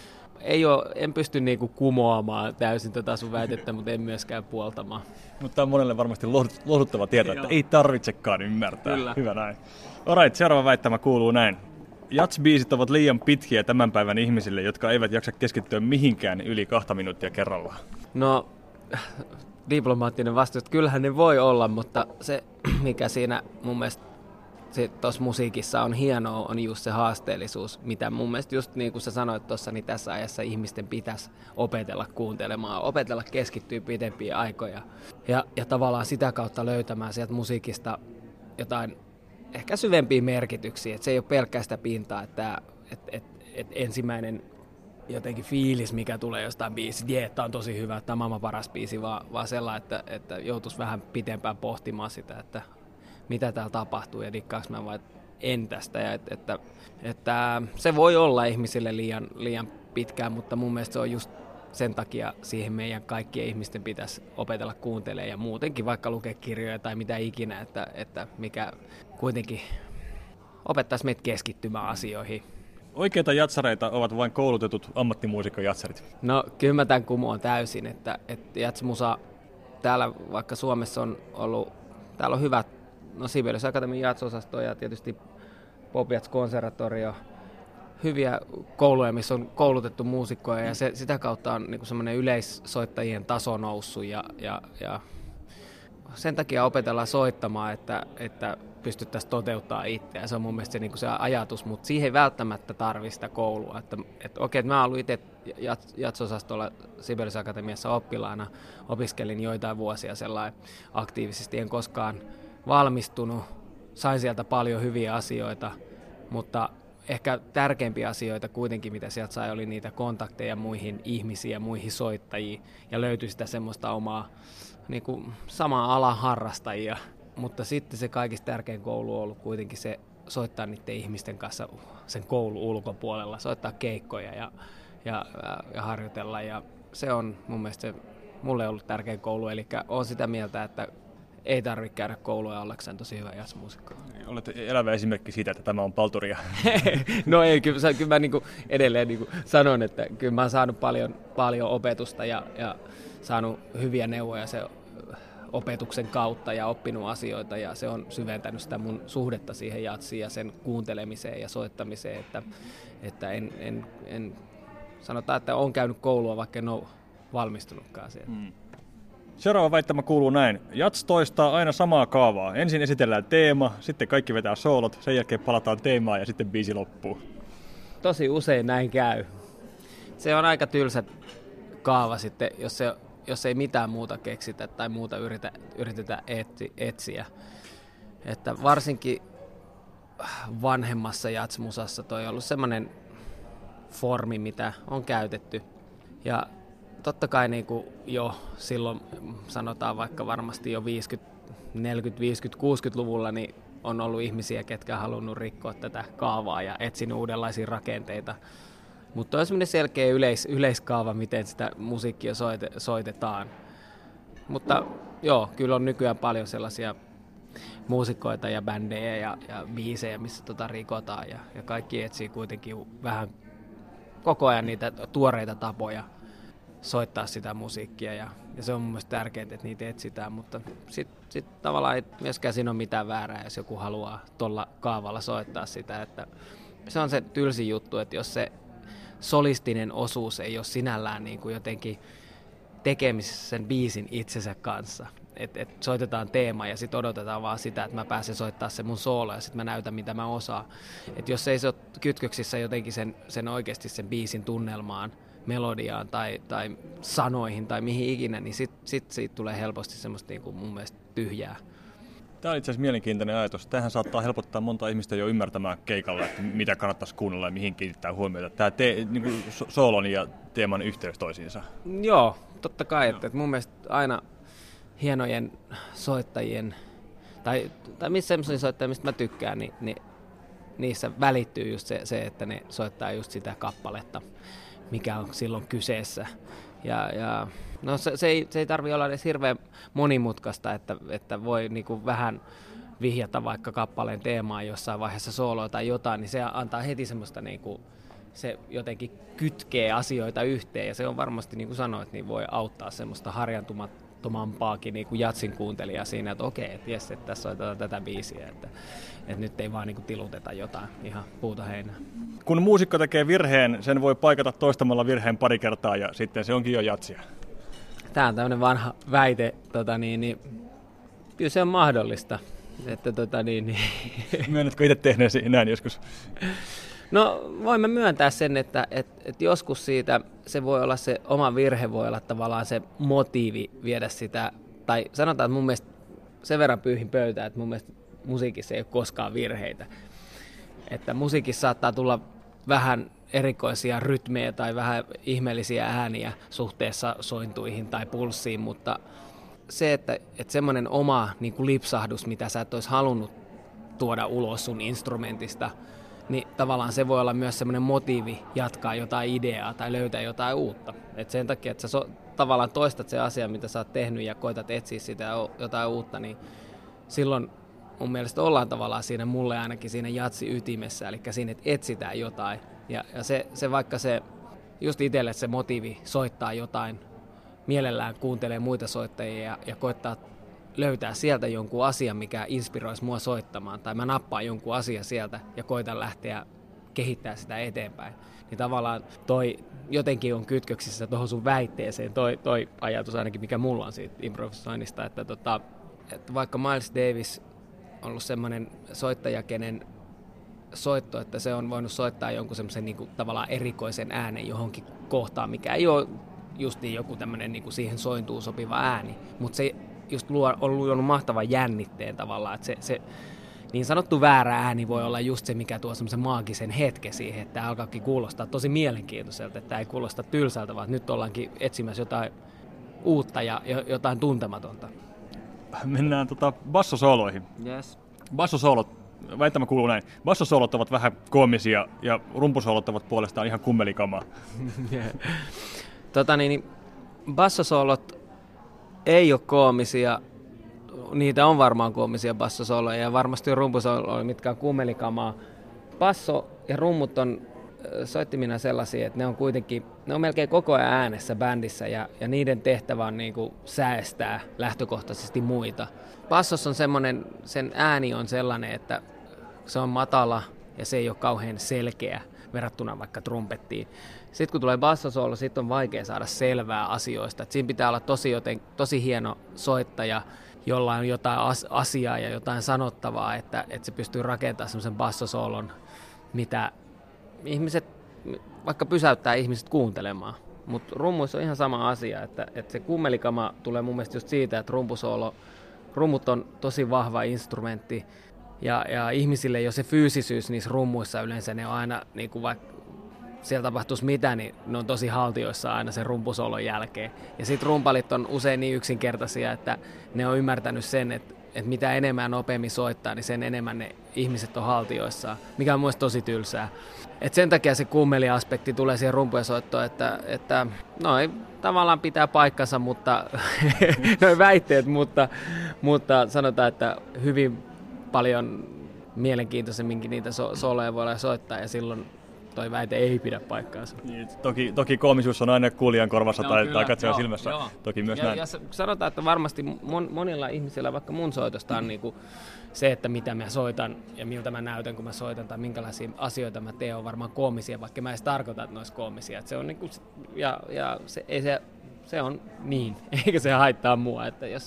Ei ole, en pysty niinku kumoamaan täysin tätä sun väitettä, mutta en myöskään puoltamaan. Mutta tämä on monelle varmasti lohduttava tieto, että ei tarvitsekaan ymmärtää. Kyllä. Hyvä näin. Alright, seuraava väittämä kuuluu näin. Jats-biisit ovat liian pitkiä tämän päivän ihmisille, jotka eivät jaksa keskittyä mihinkään yli kahta minuuttia kerrallaan. No, diplomaattinen vastaus, että kyllähän ne voi olla, mutta se, mikä siinä mun mielestä tuossa musiikissa on hienoa, on just se haasteellisuus, mitä mun mielestä just niin kuin sä sanoit tuossa, niin tässä ajassa ihmisten pitäisi opetella kuuntelemaan, opetella keskittyä pidempiä aikoja ja, ja tavallaan sitä kautta löytämään sieltä musiikista jotain ehkä syvempiä merkityksiä, että se ei ole pelkkää sitä pintaa, että et, et, et ensimmäinen jotenkin fiilis, mikä tulee jostain biisistä, jee, tämä on tosi hyvä, tämä on maailman paras biisi, vaan, vaan sellainen, että, että joutuisi vähän pitempään pohtimaan sitä, että mitä täällä tapahtuu ja dikkaaks mä vai en tästä. Ja että, että, että se voi olla ihmisille liian, liian pitkään, mutta mun mielestä se on just sen takia siihen meidän kaikkien ihmisten pitäisi opetella kuuntelemaan ja muutenkin vaikka lukea kirjoja tai mitä ikinä, että, että mikä kuitenkin opettaisi meitä keskittymään asioihin. Oikeita jatsareita ovat vain koulutetut ammattimuusikko-jatsarit. No kyllä mä tämän kumoan täysin, että, että jatsmusa täällä vaikka Suomessa on ollut, täällä on hyvät, no Sibelius Akatemian jatsosasto ja tietysti Pop Jazz Konservatorio, hyviä kouluja, missä on koulutettu muusikkoja ja se, sitä kautta on niin semmoinen yleissoittajien taso noussut ja, ja, ja sen takia opetellaan soittamaan, että, että pystyttäisiin toteuttamaan itseä. Se on mun mielestä se, niin kuin se ajatus, mutta siihen ei välttämättä tarvitse sitä koulua. Että, että okei, että mä olen ollut itse jatsosastolla Sibelius Akatemiassa oppilaana, opiskelin joitain vuosia sellainen aktiivisesti, en koskaan valmistunut, sain sieltä paljon hyviä asioita, mutta ehkä tärkeimpiä asioita kuitenkin, mitä sieltä sai, oli niitä kontakteja muihin ihmisiin ja muihin soittajiin ja löytyi sitä semmoista omaa niin kuin samaa alan harrastajia, mutta sitten se kaikista tärkein koulu on ollut kuitenkin se soittaa niiden ihmisten kanssa sen koulun ulkopuolella, soittaa keikkoja ja, ja, ja harjoitella ja se on mun mielestä se, mulle ollut tärkein koulu, eli olen sitä mieltä, että ei tarvitse käydä koulua ollakseen tosi hyvä jazzmuusikko. Olet elävä esimerkki siitä, että tämä on palturia. No ei, kyllä, kyllä mä niin kuin edelleen niin kuin sanon, että kyllä mä oon saanut paljon, paljon opetusta ja, ja saanut hyviä neuvoja se opetuksen kautta ja oppinut asioita ja se on syventänyt sitä mun suhdetta siihen jatsiin ja sen kuuntelemiseen ja soittamiseen, että, että en, en, en sanotaan, että olen käynyt koulua, vaikka en ole valmistunutkaan siihen. Hmm. Seuraava väittämä kuuluu näin. Jats toistaa aina samaa kaavaa. Ensin esitellään teema, sitten kaikki vetää soolot, sen jälkeen palataan teemaan ja sitten biisi loppuu. Tosi usein näin käy. Se on aika tylsä kaava sitten, jos, se, jos ei mitään muuta keksitä tai muuta yritä, yritetä etsi, etsiä. Että varsinkin vanhemmassa jatsmusassa toi on ollut semmoinen formi, mitä on käytetty. Ja totta kai niin kuin jo silloin, sanotaan vaikka varmasti jo viisikymmentä, neljäkymmentä, viisikymmentä, kuusikymmentäluvulla, niin on ollut ihmisiä, ketkä on halunnut rikkoa tätä kaavaa ja etsinyt uudenlaisia rakenteita. Mutta on semmoinen selkeä yleis, yleiskaava, miten sitä musiikkia soite, soitetaan. Mutta joo, kyllä on nykyään paljon sellaisia muusikkoita ja bändejä ja, ja biisejä, missä tota rikotaan ja, ja kaikki etsii kuitenkin vähän koko ajan niitä tuoreita tapoja soittaa sitä musiikkia ja, ja se on mun mielestä tärkeää, että niitä etsitään, mutta sitten sit tavallaan ei myöskään siinä ole mitään väärää, jos joku haluaa tuolla kaavalla soittaa sitä, että se on se tylsin juttu, että jos se solistinen osuus ei ole sinällään niin kuin jotenkin tekemisissä sen biisin itsensä kanssa, et, et soitetaan teema ja sitten odotetaan vaan sitä, että mä pääsen soittaa se mun soolo ja sitten mä näytän, mitä mä osaan. Et jos ei se ole kytköksissä jotenkin sen, sen oikeasti sen biisin tunnelmaan, melodiaan tai, tai sanoihin tai mihin ikinä, niin sitten sit siitä tulee helposti semmoista niin kuin mun mielestä tyhjää. Tämä on itse asiassa mielenkiintoinen ajatus. Tähän saattaa helpottaa monta ihmistä jo ymmärtämään keikalla, että mitä kannattaisi kuunnella ja mihin kiinnittää huomiota. Tämä te, niin kuin soolon ja teeman yhteys toisiinsa. Joo, totta kai. Että, että mun mielestä aina hienojen soittajien, tai, tai missä sellaisia soittajia, mistä mä tykkään, niin, niin niissä välittyy just se, se, että ne soittaa just sitä kappaletta, mikä on silloin kyseessä. Ja, ja no se, se ei, se ei tarvitse olla edes hirveän monimutkaista, että, että voi niinku vähän vihjata vaikka kappaleen teemaan jossain vaiheessa sooloa tai jotain, niin se antaa heti semmoista, niinku, se jotenkin kytkee asioita yhteen ja se on varmasti, niin kuin sanoit, niin voi auttaa semmoista harjantumattomampaakin niinku jatsin kuuntelijaa siinä, että okei, että jes, että tässä soitetaan tätä biisiä, että, että nyt ei vaan niinku tiluteta jotain ihan puuta heinää. Kun muusikko tekee virheen, sen voi paikata toistamalla virheen pari kertaa ja sitten se onkin jo jatsia. Tämä on tämmöinen vanha väite, tota niin, niin, kyllä se on mahdollista. Että, tota niin, niin. Myönnätkö itse tehneesi näin joskus? No voimme myöntää sen, että et, et joskus siitä se voi olla se oma virhe, voi olla tavallaan se motiivi viedä sitä, tai sanotaan, että mun mielestä sen verran pyyhin pöytään, että mun mielestä musiikissa ei ole koskaan virheitä. Että musiikissa saattaa tulla vähän erikoisia rytmejä tai vähän ihmeellisiä ääniä suhteessa sointuihin tai pulssiin, mutta se, että, että semmoinen oma niin kuin lipsahdus, mitä sä et olisi halunnut tuoda ulos sun instrumentista, niin tavallaan se voi olla myös semmoinen motiivi jatkaa jotain ideaa tai löytää jotain uutta. Et sen takia, että sä so, tavallaan toistat se asia, mitä sä oot tehnyt ja koetat etsiä sitä jotain uutta, niin silloin mun mielestä ollaan tavallaan siinä, mulle ainakin siinä jatsi-ytimessä, eli siinä, että etsitään jotain. Ja, ja se, se vaikka se, just itselle se motiivi soittaa jotain, mielellään kuuntelee muita soittajia ja, ja koittaa löytää sieltä jonkun asian, mikä inspiroisi mua soittamaan. Tai mä nappaan jonkun asian sieltä ja koitan lähteä kehittää sitä eteenpäin. Niin tavallaan toi jotenkin on kytköksissä tuohon sun väitteeseen, toi, toi ajatus ainakin, mikä mulla on siitä improvisoinnista, että, tota, että vaikka Miles Davis on ollut semmoinen soittaja, kenen soitto, että se on voinut soittaa jonkun semmoisen niin kuin tavallaan erikoisen äänen johonkin kohtaan, mikä ei ole just niin joku tämmöinen niin kuin siihen sointuun sopiva ääni, mutta se just luo, on luonut mahtavan jännitteen tavallaan, että se, se niin sanottu väärä ääni voi olla just se, mikä tuo semmoisen maagisen hetken siihen, että tämä alkaakin kuulostaa tosi mielenkiintoiselta, että tämä ei kuulosta tylsältä, vaan nyt ollaankin etsimässä jotain uutta ja jotain tuntematonta. Mennään tota bassosooloihin. Yes. Bassosoolot, väittämä kuuluu näin. Bassosoolot ovat vähän koomisia ja rumpusoolot ovat puolestaan ihan kummelikamaa. tota niin, bassosoolot ei ole koomisia. Niitä on varmaan koomisia bassosooloja ja varmasti on rumpusooloja, mitkä on kummelikamaa. Basso ja rummut on soittimina sellaisia, että ne on kuitenkin, ne on melkein koko ajan äänessä bändissä ja, ja niiden tehtävä on niinku säästää lähtökohtaisesti muita. Bassos on semmoinen, sen ääni on sellainen, että se on matala ja se ei ole kauhean selkeä verrattuna vaikka trumpettiin. Sitten kun tulee bassosoolo, sitten on vaikea saada selvää asioista. Et siinä pitää olla tosi, joten, tosi hieno soittaja, jolla on jotain as- asiaa ja jotain sanottavaa, että, että se pystyy rakentamaan semmoisen bassosoolon, mitä ihmiset, vaikka pysäyttää ihmiset kuuntelemaan. Mutta rummuissa on ihan sama asia, että, että se kummelikama tulee mun mielestä just siitä, että rumpusoolo, rummut on tosi vahva instrumentti ja, ja ihmisille jo se fyysisyys niissä rummuissa yleensä ne on aina, niin kuin vaikka siellä tapahtuisi mitä, niin ne on tosi haltioissa aina sen rumpusoolon jälkeen. Ja sitten rumpalit on usein niin yksinkertaisia, että ne on ymmärtänyt sen, että, että mitä enemmän ja nopeammin soittaa, niin sen enemmän ne ihmiset on haltioissaan, mikä on muista tosi tylsää. Et sen takia se kummeli-aspekti tulee siihen rumpujen soittoon, että, että no ei tavallaan pitää paikkansa, mutta noin väitteet, mutta, mutta sanotaan, että hyvin paljon mielenkiintoisemminkin niitä so- soloja voidaan soittaa ja silloin toi väite ei pidä paikkaansa. Niin, toki, toki koomisuus on aina kuulijan korvassa no, tai, tai katsojan silmässä. Joo. Toki myös ja, näin. Ja sanotaan, että varmasti mon, monilla ihmisillä, vaikka mun soitosta on niinku se, että mitä mä soitan ja miltä mä näytän, kun mä soitan tai minkälaisia asioita mä teen, on varmaan koomisia, vaikka mä en edes tarkoita, että ne olisi koomisia. Et se on niinku, ja ja se, ei se, se on niin, eikä se haittaa mua. Että jos,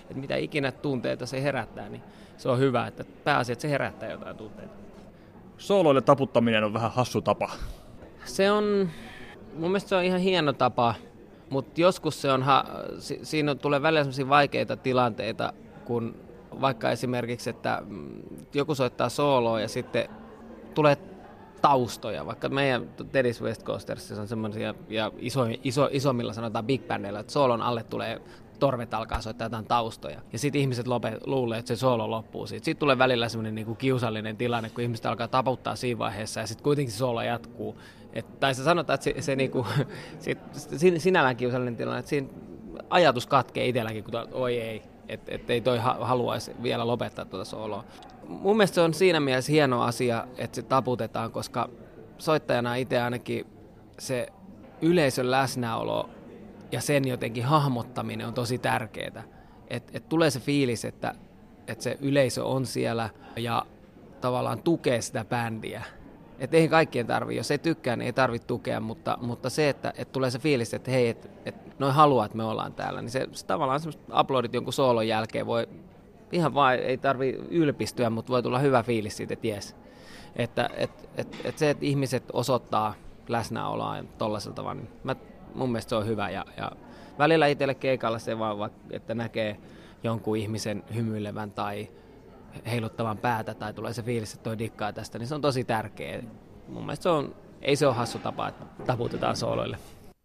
että mitä ikinä tunteita se herättää, niin se on hyvä, että pääasia, että se herättää jotain tunteita. Sooloille taputtaminen on vähän hassu tapa. Se on, mun mielestä se on ihan hieno tapa, mutta joskus se on, si, siinä tulee välillä sellaisia vaikeita tilanteita, kun vaikka esimerkiksi, että joku soittaa sooloa ja sitten tulee taustoja, vaikka meidän Teddy's West Coastersissa on semmoisia, ja iso, iso, isommilla sanotaan big bandilla, että soolon alle tulee torvet alkaa soittaa jotain taustoja. Ja sitten ihmiset lope, luulee, että se soolo loppuu siitä. Sitten tulee välillä semmoinen niinku kiusallinen tilanne, kun ihmiset alkaa taputtaa siinä vaiheessa ja sitten kuitenkin se soolo jatkuu. Et, tai se sanotaan, että se, se niinku, sit, sinällään kiusallinen tilanne, että siinä ajatus katkee itselläkin, kun to, oi ei, että et ei toi haluaisi vielä lopettaa tuota sooloa. Mun mielestä se on siinä mielessä hieno asia, että se taputetaan, koska soittajana itse ainakin se yleisön läsnäolo ja sen jotenkin hahmottaminen on tosi tärkeää. Että et tulee se fiilis, että et se yleisö on siellä ja tavallaan tukee sitä bändiä. Että ei kaikkien tarvitse, jos ei tykkää, niin ei tarvitse tukea, mutta, mutta se, että et tulee se fiilis, että hei, että et noin haluaa, että me ollaan täällä, niin se, se tavallaan semmoista uploadit jonkun soolon jälkeen voi ihan vaan, ei tarvitse ylpistyä, mutta voi tulla hyvä fiilis siitä, että jes. Että et, et, et se, että ihmiset osoittaa läsnäoloa tollaisella tavalla, niin mä, mun mielestä se on hyvä. Ja, ja välillä itselle keikalla se vaan, että näkee jonkun ihmisen hymyilevän tai heiluttavan päätä tai tulee se fiilis, että toi dikkaa tästä, niin se on tosi tärkeä. Mun mielestä se on, ei se ole hassu tapa, että taputetaan sooloille.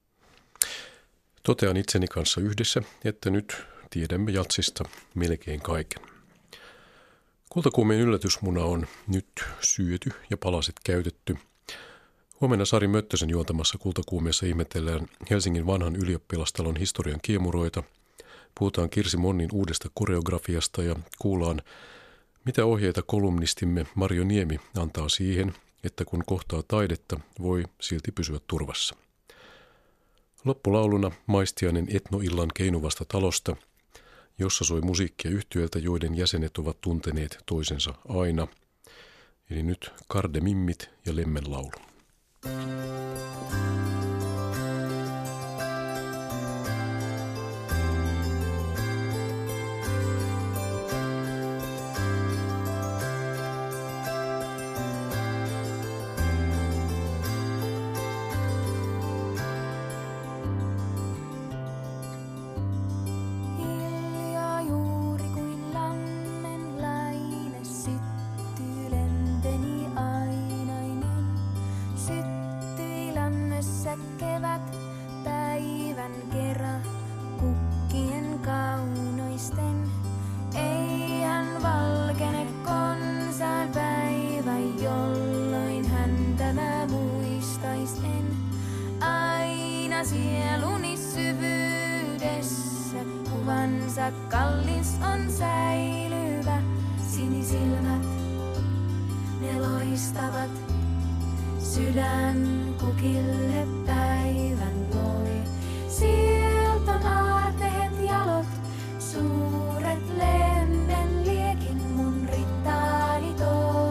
Totean itseni kanssa yhdessä, että nyt tiedämme jatsista melkein kaiken. Kultakuumeen yllätysmuna on nyt syöty ja palaset käytetty. Huomenna Sari Möttösen juontamassa Kultakuumeessa ihmetellään Helsingin vanhan ylioppilastalon historian kiemuroita. Puhutaan Kirsi Monnin uudesta koreografiasta ja kuullaan, mitä ohjeita kolumnistimme Marjo Niemi antaa siihen, että kun kohtaa taidetta, voi silti pysyä turvassa. Loppulauluna maistiainen etnoillan keinuvasta talosta, jossa soi musiikkia yhtyeeltä, joiden jäsenet ovat tunteneet toisensa aina. Eli nyt Kardemimmit ja Lemmenlaulu. Sieluni syvyydessä kuvansa kallis on säilyvä. Sinisilmät, ne loistavat, sydän kukille päivän loi. Sieltä on aarteet jalot, suuret lemmen liekin mun rittaani toi.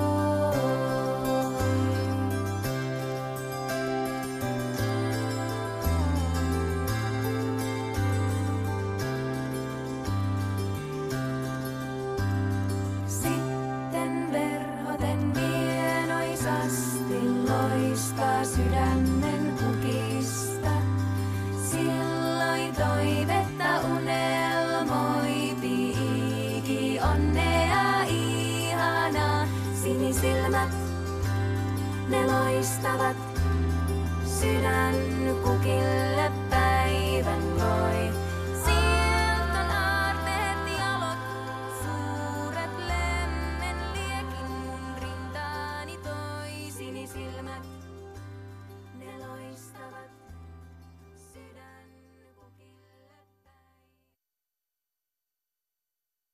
Sydämen kukista, silloin toivetta unelmoi piiki, onnea ihanaa. Sinisilmät, ne loistavat,